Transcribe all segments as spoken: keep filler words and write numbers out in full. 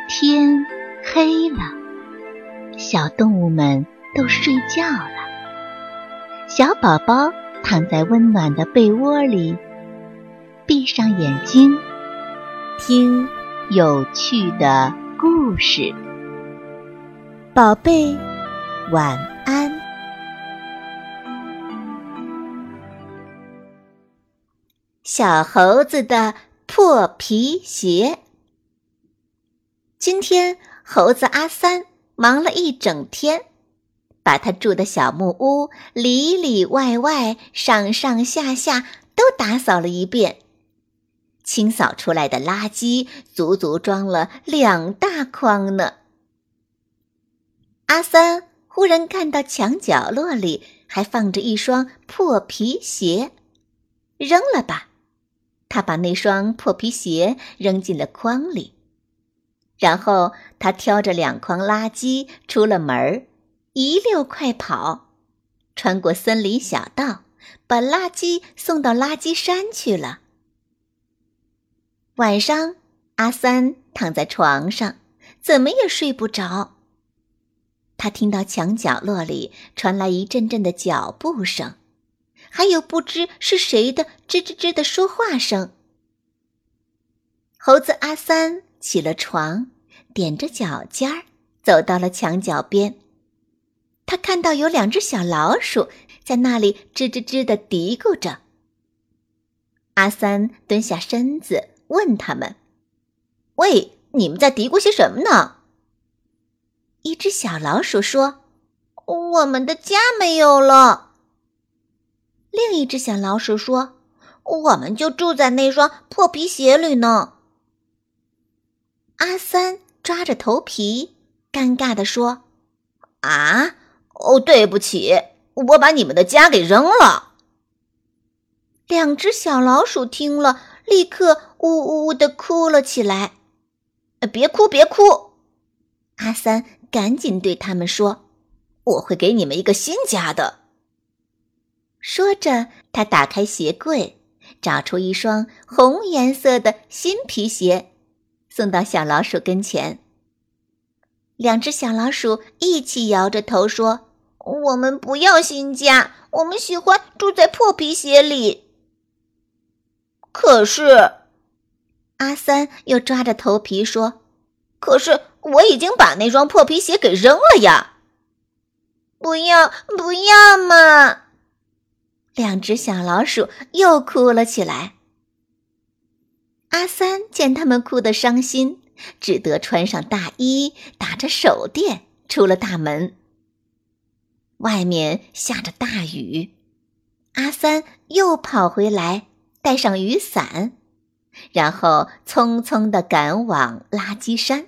天黑了，小动物们都睡觉了。小宝宝躺在温暖的被窝里，闭上眼睛，听有趣的故事。宝贝，晚安。小猴子的破皮鞋。今天猴子阿三忙了一整天，把他住的小木屋里里外外上上下下都打扫了一遍，清扫出来的垃圾足足装了两大筐呢。阿三忽然看到墙角落里还放着一双破皮鞋，扔了吧。他把那双破皮鞋扔进了筐里，然后他挑着两筐垃圾出了门，一溜快跑，穿过森林小道，把垃圾送到垃圾山去了。晚上，阿三躺在床上，怎么也睡不着。他听到墙角落里传来一阵阵的脚步声，还有不知是谁的吱吱吱的说话声。猴子阿三起了床，踮着脚尖儿走到了墙角边。他看到有两只小老鼠在那里吱吱吱地嘀咕着。阿三蹲下身子问他们：“喂，你们在嘀咕些什么呢？”一只小老鼠说：“我们的家没有了。”另一只小老鼠说：“我们就住在那双破皮鞋里呢。”阿三抓着头皮，尴尬地说：“啊，哦，对不起，我把你们的家给扔了。”两只小老鼠听了，立刻呜呜地哭了起来。“别哭，别哭！”阿三赶紧对他们说：“我会给你们一个新家的。”说着，他打开鞋柜，找出一双红颜色的新皮鞋，送到小老鼠跟前。两只小老鼠一起摇着头说：“我们不要新家，我们喜欢住在破皮鞋里。”可是，阿三又抓着头皮说：“可是我已经把那双破皮鞋给扔了呀！”“不要，不要嘛！”两只小老鼠又哭了起来。阿三见他们哭得伤心，只得穿上大衣，打着手电出了大门。外面下着大雨，阿三又跑回来，带上雨伞，然后匆匆地赶往垃圾山。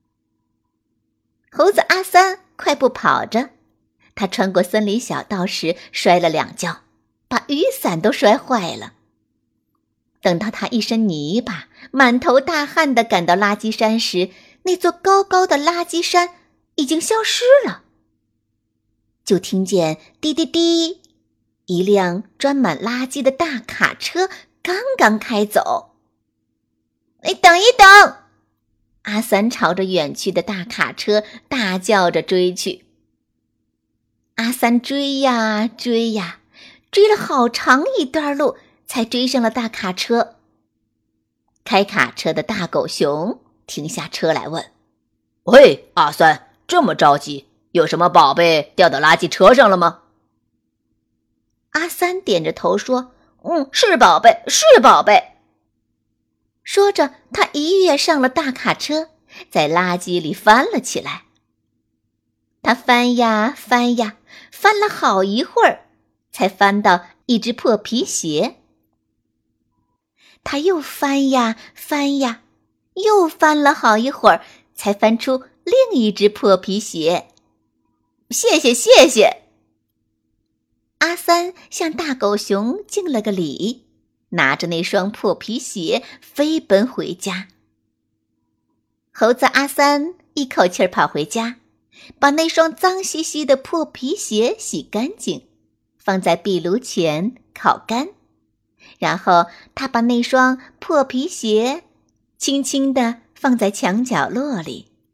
猴子阿三快步跑着，他穿过森林小道时摔了两跤，把雨伞都摔坏了。等到他一身泥巴，满头大汗地赶到垃圾山时，那座高高的垃圾山已经消失了。就听见滴滴滴，一辆装满垃圾的大卡车刚刚开走。“哎，等一等！”阿三朝着远去的大卡车大叫着追去。阿三追呀追呀，追了好长一段路，才追上了大卡车。开卡车的大狗熊停下车来问：“ 喂，阿三，这么着急，有什么宝贝掉到垃圾车上了吗？” 阿三点着头说：“嗯，是宝贝，是宝贝。”说着，他一跃上了大卡车，在垃圾里翻了起来。他翻呀翻呀，翻了好一会儿，才翻到一只破皮鞋。他又翻呀翻呀，又翻了好一会儿，才翻出另一只破皮鞋。“谢谢，谢谢！”阿三向大狗熊敬了个礼，拿着那双破皮鞋飞奔回家。猴子阿三一口气儿跑回家，把那双脏兮兮的破皮鞋洗干净，放在壁炉前烤干。然后他把那双破皮鞋轻轻地放在墙角落里，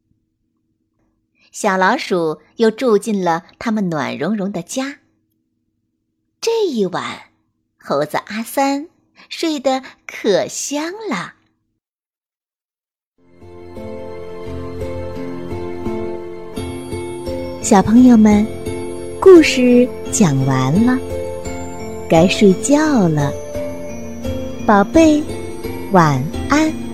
小老鼠又住进了他们暖融融的家。这一晚，猴子阿三睡得可香了。小朋友们，故事讲完了，该睡觉了，宝贝，晚安。